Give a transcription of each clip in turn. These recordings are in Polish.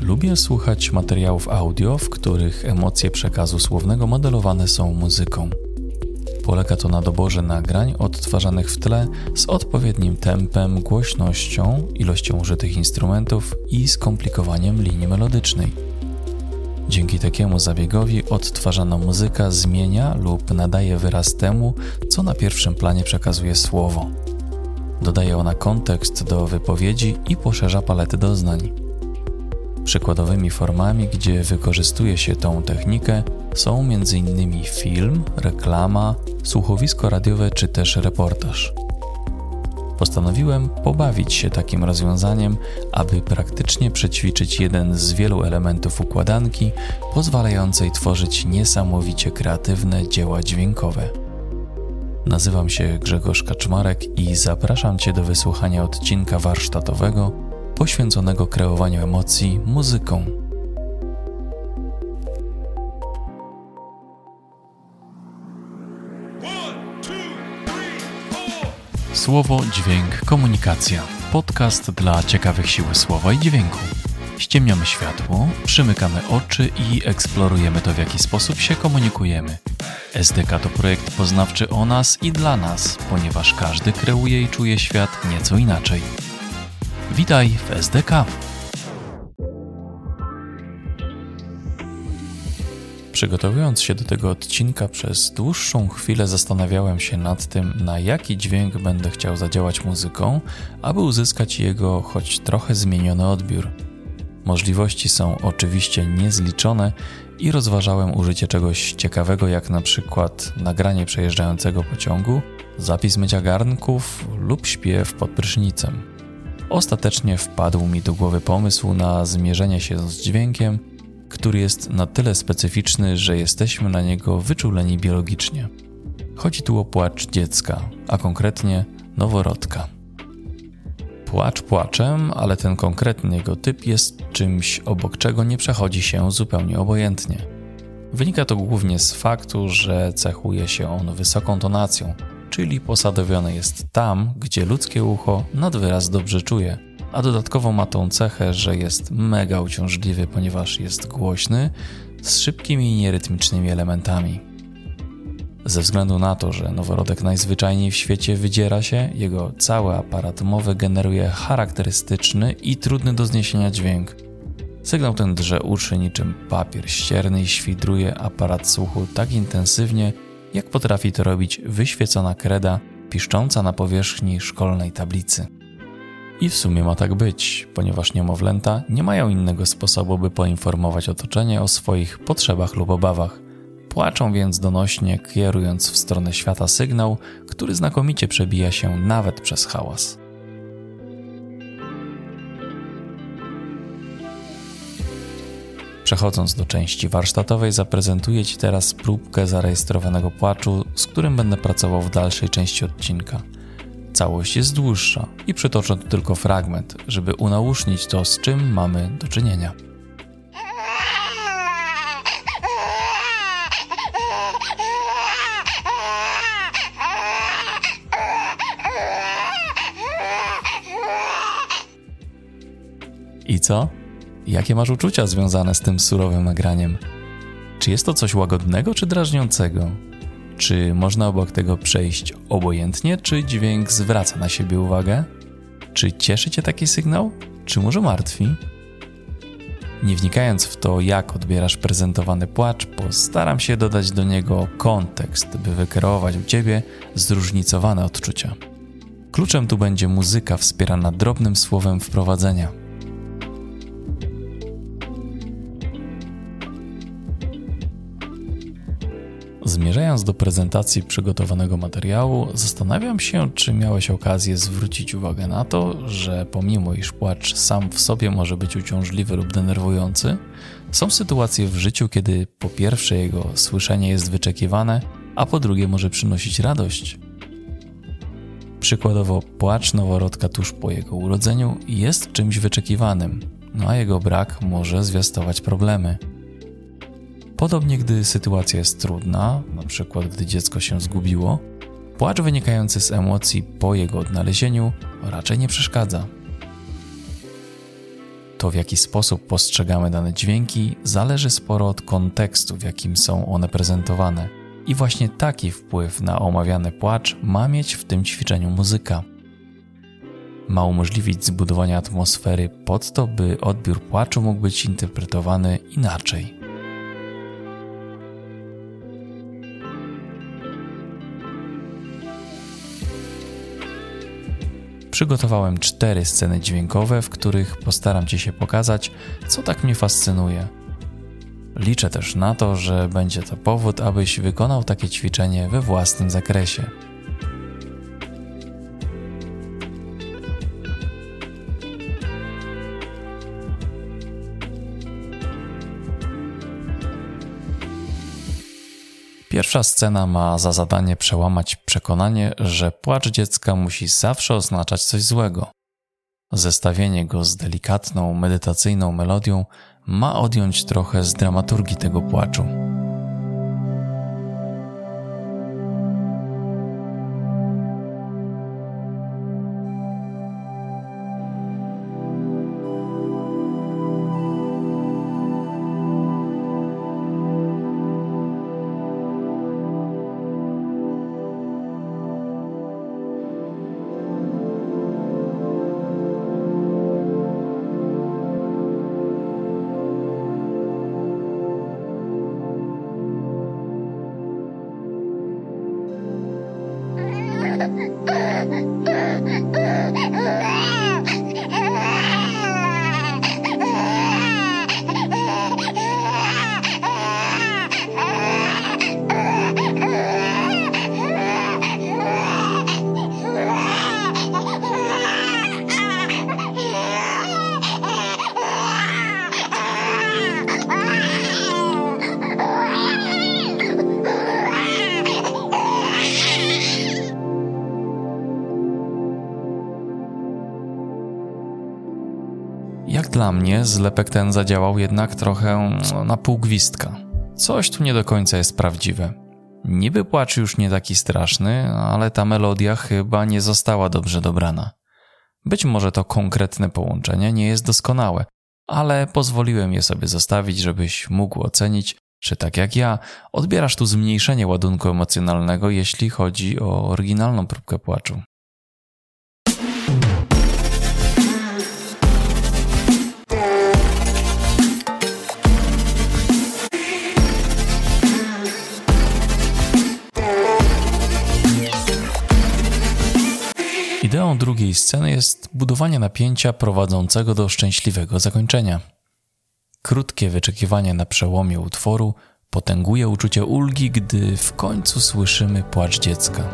Lubię słuchać materiałów audio, w których emocje przekazu słownego modelowane są muzyką. Polega to na doborze nagrań odtwarzanych w tle z odpowiednim tempem, głośnością, ilością użytych instrumentów i skomplikowaniem linii melodycznej. Dzięki takiemu zabiegowi odtwarzana muzyka zmienia lub nadaje wyraz temu, co na pierwszym planie przekazuje słowo. Dodaje ona kontekst do wypowiedzi i poszerza paletę doznań. Przykładowymi formami, gdzie wykorzystuje się tą technikę, są m.in. film, reklama, słuchowisko radiowe czy też reportaż. Postanowiłem pobawić się takim rozwiązaniem, aby praktycznie przećwiczyć jeden z wielu elementów układanki pozwalającej tworzyć niesamowicie kreatywne dzieła dźwiękowe. Nazywam się Grzegorz Kaczmarek i zapraszam Cię do wysłuchania odcinka warsztatowego poświęconego kreowaniu emocji muzyką. Słowo, dźwięk, komunikacja. Podcast dla ciekawych siły słowa i dźwięku. Ściemniamy światło, przymykamy oczy i eksplorujemy to, w jaki sposób się komunikujemy. SDK to projekt poznawczy o nas i dla nas, ponieważ każdy kreuje i czuje świat nieco inaczej. Witaj w SDK. Przygotowując się do tego odcinka, przez dłuższą chwilę zastanawiałem się nad tym, na jaki dźwięk będę chciał zadziałać muzyką, aby uzyskać jego choć trochę zmieniony odbiór. Możliwości są oczywiście niezliczone i rozważałem użycie czegoś ciekawego, jak na przykład nagranie przejeżdżającego pociągu, zapis mycia garnków lub śpiew pod prysznicem. Ostatecznie wpadł mi do głowy pomysł na zmierzenie się z dźwiękiem, który jest na tyle specyficzny, że jesteśmy na niego wyczuleni biologicznie. Chodzi tu o płacz dziecka, a konkretnie noworodka. Płacz płaczem, ale ten konkretny jego typ jest czymś, obok czego nie przechodzi się zupełnie obojętnie. Wynika to głównie z faktu, że cechuje się on wysoką tonacją, czyli posadowione jest tam, gdzie ludzkie ucho nad wyraz dobrze czuje, a dodatkowo ma tą cechę, że jest mega uciążliwy, ponieważ jest głośny, z szybkimi i nierytmicznymi elementami. Ze względu na to, że noworodek najzwyczajniej w świecie wydziera się, jego cały aparat mowy generuje charakterystyczny i trudny do zniesienia dźwięk. Sygnał ten drze uszy niczym papier ścierny i świdruje aparat słuchu tak intensywnie, jak potrafi to robić wyświecona kreda piszcząca na powierzchni szkolnej tablicy. I w sumie ma tak być, ponieważ niemowlęta nie mają innego sposobu, by poinformować otoczenie o swoich potrzebach lub obawach. Płaczą więc donośnie, kierując w stronę świata sygnał, który znakomicie przebija się nawet przez hałas. Przechodząc do części warsztatowej, zaprezentuję Ci teraz próbkę zarejestrowanego płaczu, z którym będę pracował w dalszej części odcinka. Całość jest dłuższa i przytoczę tu tylko fragment, żeby unausznić to, z czym mamy do czynienia. I co? Jakie masz uczucia związane z tym surowym nagraniem? Czy jest to coś łagodnego czy drażniącego? Czy można obok tego przejść obojętnie, czy dźwięk zwraca na siebie uwagę? Czy cieszy Cię taki sygnał, czy może martwi? Nie wnikając w to, jak odbierasz prezentowany płacz, postaram się dodać do niego kontekst, by wykreować u Ciebie zróżnicowane odczucia. Kluczem tu będzie muzyka wspierana drobnym słowem wprowadzenia. Zmierzając do prezentacji przygotowanego materiału, zastanawiam się, czy miałeś okazję zwrócić uwagę na to, że pomimo iż płacz sam w sobie może być uciążliwy lub denerwujący, są sytuacje w życiu, kiedy po pierwsze jego słyszenie jest wyczekiwane, a po drugie może przynosić radość. Przykładowo płacz noworodka tuż po jego urodzeniu jest czymś wyczekiwanym, a jego brak może zwiastować problemy. Podobnie, gdy sytuacja jest trudna, na przykład gdy dziecko się zgubiło, płacz wynikający z emocji po jego odnalezieniu raczej nie przeszkadza. To, w jaki sposób postrzegamy dane dźwięki, zależy sporo od kontekstu, w jakim są one prezentowane. I właśnie taki wpływ na omawiany płacz ma mieć w tym ćwiczeniu muzyka. Ma umożliwić zbudowanie atmosfery pod to, by odbiór płaczu mógł być interpretowany inaczej. Przygotowałem 4 sceny dźwiękowe, w których postaram Ci się pokazać, co tak mnie fascynuje. Liczę też na to, że będzie to powód, abyś wykonał takie ćwiczenie we własnym zakresie. Pierwsza scena ma za zadanie przełamać przekonanie, że płacz dziecka musi zawsze oznaczać coś złego. Zestawienie go z delikatną, medytacyjną melodią ma odjąć trochę z dramaturgii tego płaczu. Jak dla mnie zlepek ten zadziałał jednak trochę na pół gwizdka. Coś tu nie do końca jest prawdziwe. Niby płacz już nie taki straszny, ale ta melodia chyba nie została dobrze dobrana. Być może to konkretne połączenie nie jest doskonałe, ale pozwoliłem je sobie zostawić, żebyś mógł ocenić, czy tak jak ja, odbierasz tu zmniejszenie ładunku emocjonalnego, jeśli chodzi o oryginalną próbkę płaczu. Ideą drugiej sceny jest budowanie napięcia prowadzącego do szczęśliwego zakończenia. Krótkie wyczekiwanie na przełomie utworu potęguje uczucie ulgi, gdy w końcu słyszymy płacz dziecka.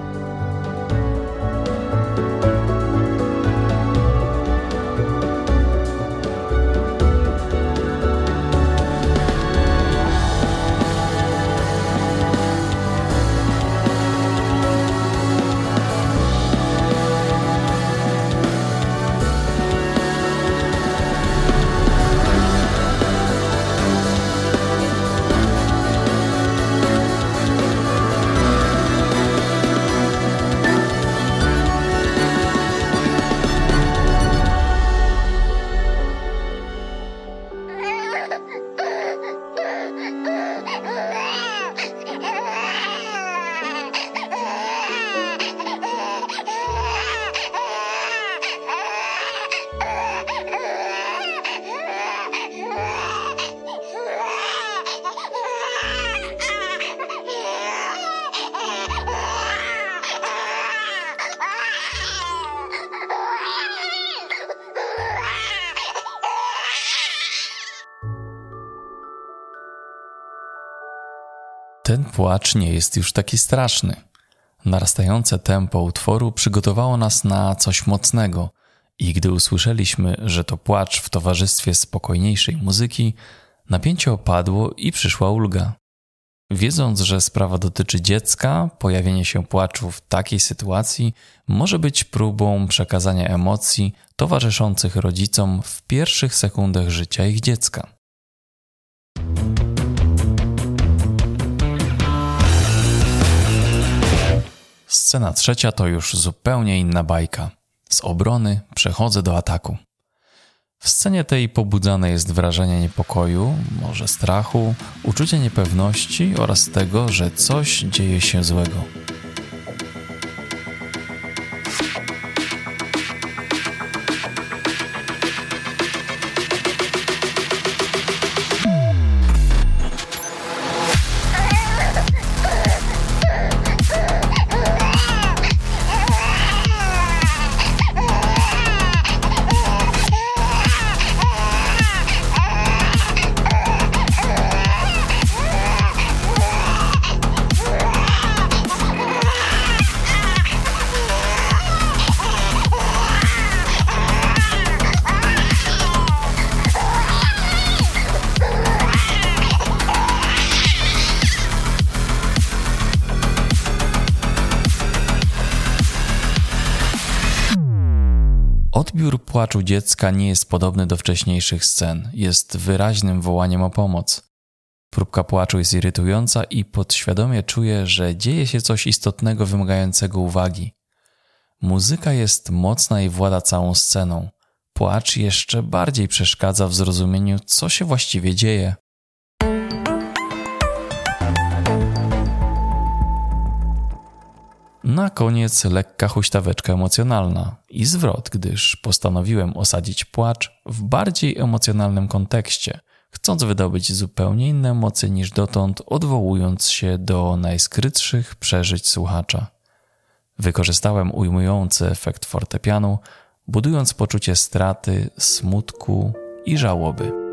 Ten płacz nie jest już taki straszny. Narastające tempo utworu przygotowało nas na coś mocnego i gdy usłyszeliśmy, że to płacz w towarzystwie spokojniejszej muzyki, napięcie opadło i przyszła ulga. Wiedząc, że sprawa dotyczy dziecka, pojawienie się płaczu w takiej sytuacji może być próbą przekazania emocji towarzyszących rodzicom w pierwszych sekundach życia ich dziecka. Scena trzecia to już zupełnie inna bajka. Z obrony przechodzę do ataku. W scenie tej pobudzane jest wrażenie niepokoju, może strachu, uczucie niepewności oraz tego, że coś dzieje się złego. Odbiór płaczu dziecka nie jest podobny do wcześniejszych scen, jest wyraźnym wołaniem o pomoc. Próbka płaczu jest irytująca i podświadomie czuję, że dzieje się coś istotnego wymagającego uwagi. Muzyka jest mocna i włada całą sceną. Płacz jeszcze bardziej przeszkadza w zrozumieniu, co się właściwie dzieje. Na koniec lekka huśtaweczka emocjonalna i zwrot, gdyż postanowiłem osadzić płacz w bardziej emocjonalnym kontekście, chcąc wydobyć zupełnie inne emocje niż dotąd, odwołując się do najskrytszych przeżyć słuchacza. Wykorzystałem ujmujący efekt fortepianu, budując poczucie straty, smutku i żałoby.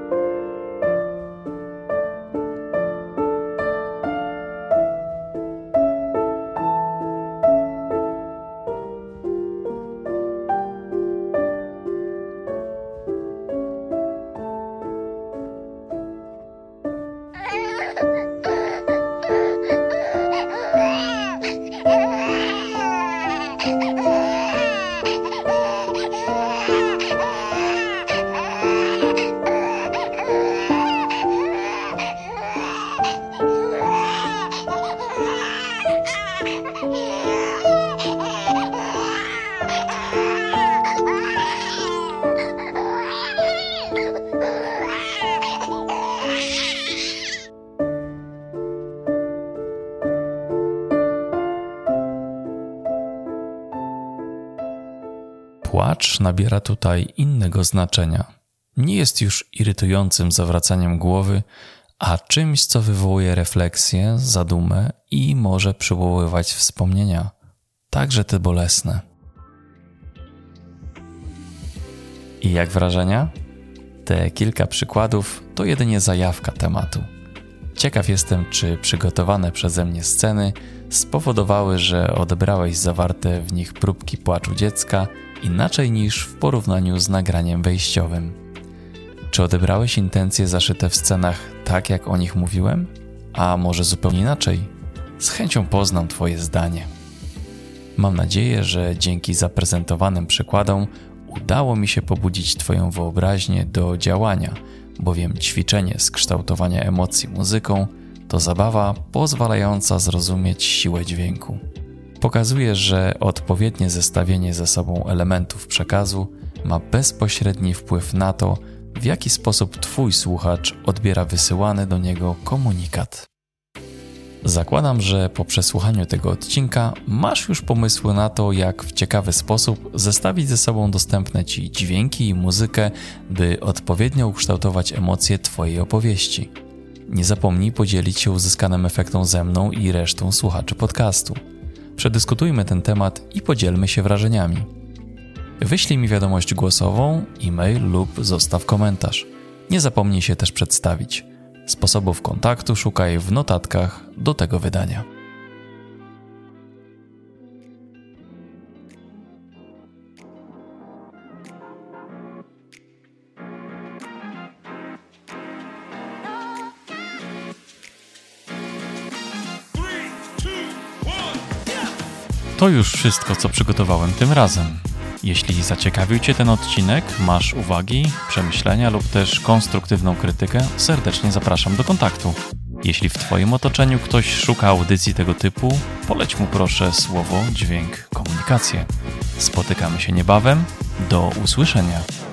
Płacz nabiera tutaj innego znaczenia. Nie jest już irytującym zawracaniem głowy, a czymś, co wywołuje refleksję, zadumę i może przywoływać wspomnienia, także te bolesne. I jak wrażenia? Te kilka przykładów to jedynie zajawka tematu. Ciekaw jestem, czy przygotowane przeze mnie sceny spowodowały, że odebrałeś zawarte w nich próbki płaczu dziecka inaczej niż w porównaniu z nagraniem wejściowym. Czy odebrałeś intencje zaszyte w scenach tak, jak o nich mówiłem? A może zupełnie inaczej? Z chęcią poznam Twoje zdanie. Mam nadzieję, że dzięki zaprezentowanym przykładom udało mi się pobudzić Twoją wyobraźnię do działania, bowiem ćwiczenie z kształtowania emocji muzyką to zabawa pozwalająca zrozumieć siłę dźwięku. Pokazuje, że odpowiednie zestawienie ze sobą elementów przekazu ma bezpośredni wpływ na to, w jaki sposób Twój słuchacz odbiera wysyłany do niego komunikat. Zakładam, że po przesłuchaniu tego odcinka masz już pomysły na to, jak w ciekawy sposób zestawić ze sobą dostępne Ci dźwięki i muzykę, by odpowiednio ukształtować emocje Twojej opowieści. Nie zapomnij podzielić się uzyskanym efektem ze mną i resztą słuchaczy podcastu. Przedyskutujmy ten temat i podzielmy się wrażeniami. Wyślij mi wiadomość głosową, e-mail lub zostaw komentarz. Nie zapomnij się też przedstawić. Sposobów kontaktu szukaj w notatkach do tego wydania. To już wszystko, co przygotowałem tym razem. Jeśli zaciekawił Cię ten odcinek, masz uwagi, przemyślenia lub też konstruktywną krytykę, serdecznie zapraszam do kontaktu. Jeśli w Twoim otoczeniu ktoś szuka audycji tego typu, poleć mu proszę słowo, dźwięk, komunikację. Spotykamy się niebawem. Do usłyszenia.